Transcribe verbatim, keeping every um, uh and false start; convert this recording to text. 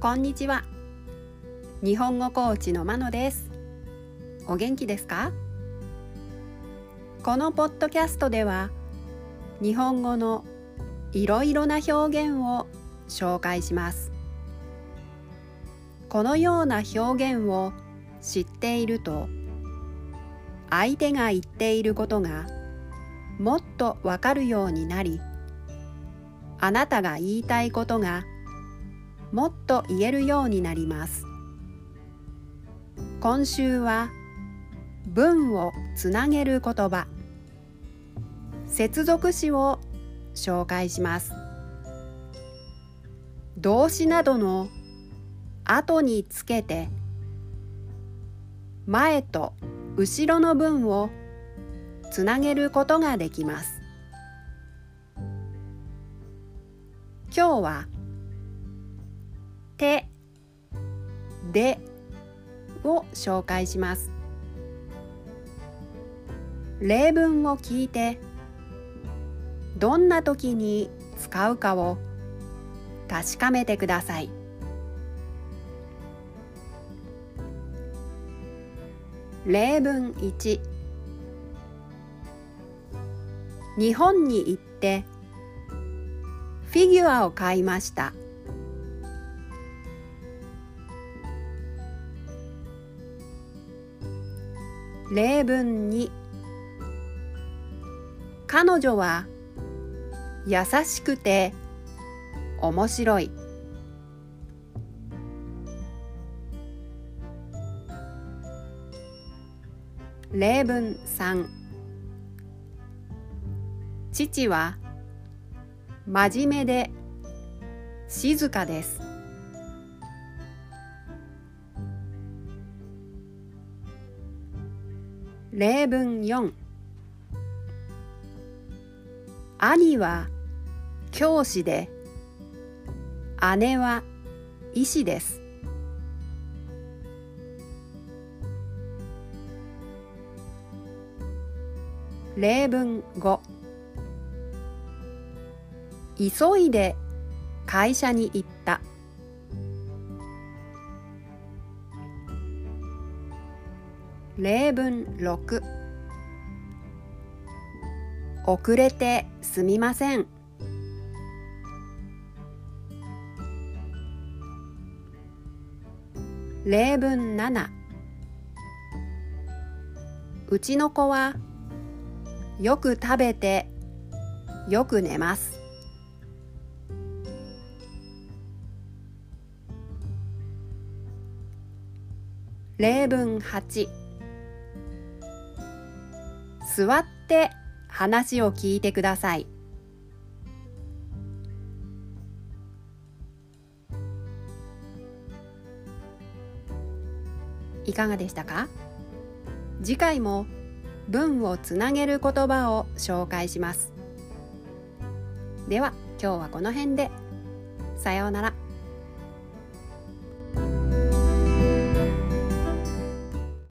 こんにちは。日本語コーチのまのです。お元気ですか？このポッドキャストでは日本語のいろいろな表現を紹介します。このような表現を知っていると、相手が言っていることがもっとわかるようになり、あなたが言いたいことがもっと言えるようになります。今週は文をつなげる言葉、接続詞を紹介します。動詞などの後につけて前と後ろの文をつなげることができます。今日は手、でを紹介します。例文を聞いて、どんな時に使うかを確かめてください。例文いち、日本に行ってフィギュアを買いました。例文に、彼女は優しくて面白い。例文さん、父は真面目で静かです。例文よん、兄は教師で姉は医師です。例文ご、急いで会社に行った。例文ろく、遅れてすみません。例文なな、うちの子はよく食べてよく寝ます。例文はち、座って話を聞いてください。いかがでしたか？次回も文をつなげる言葉を紹介します。では今日はこの辺で。さようなら。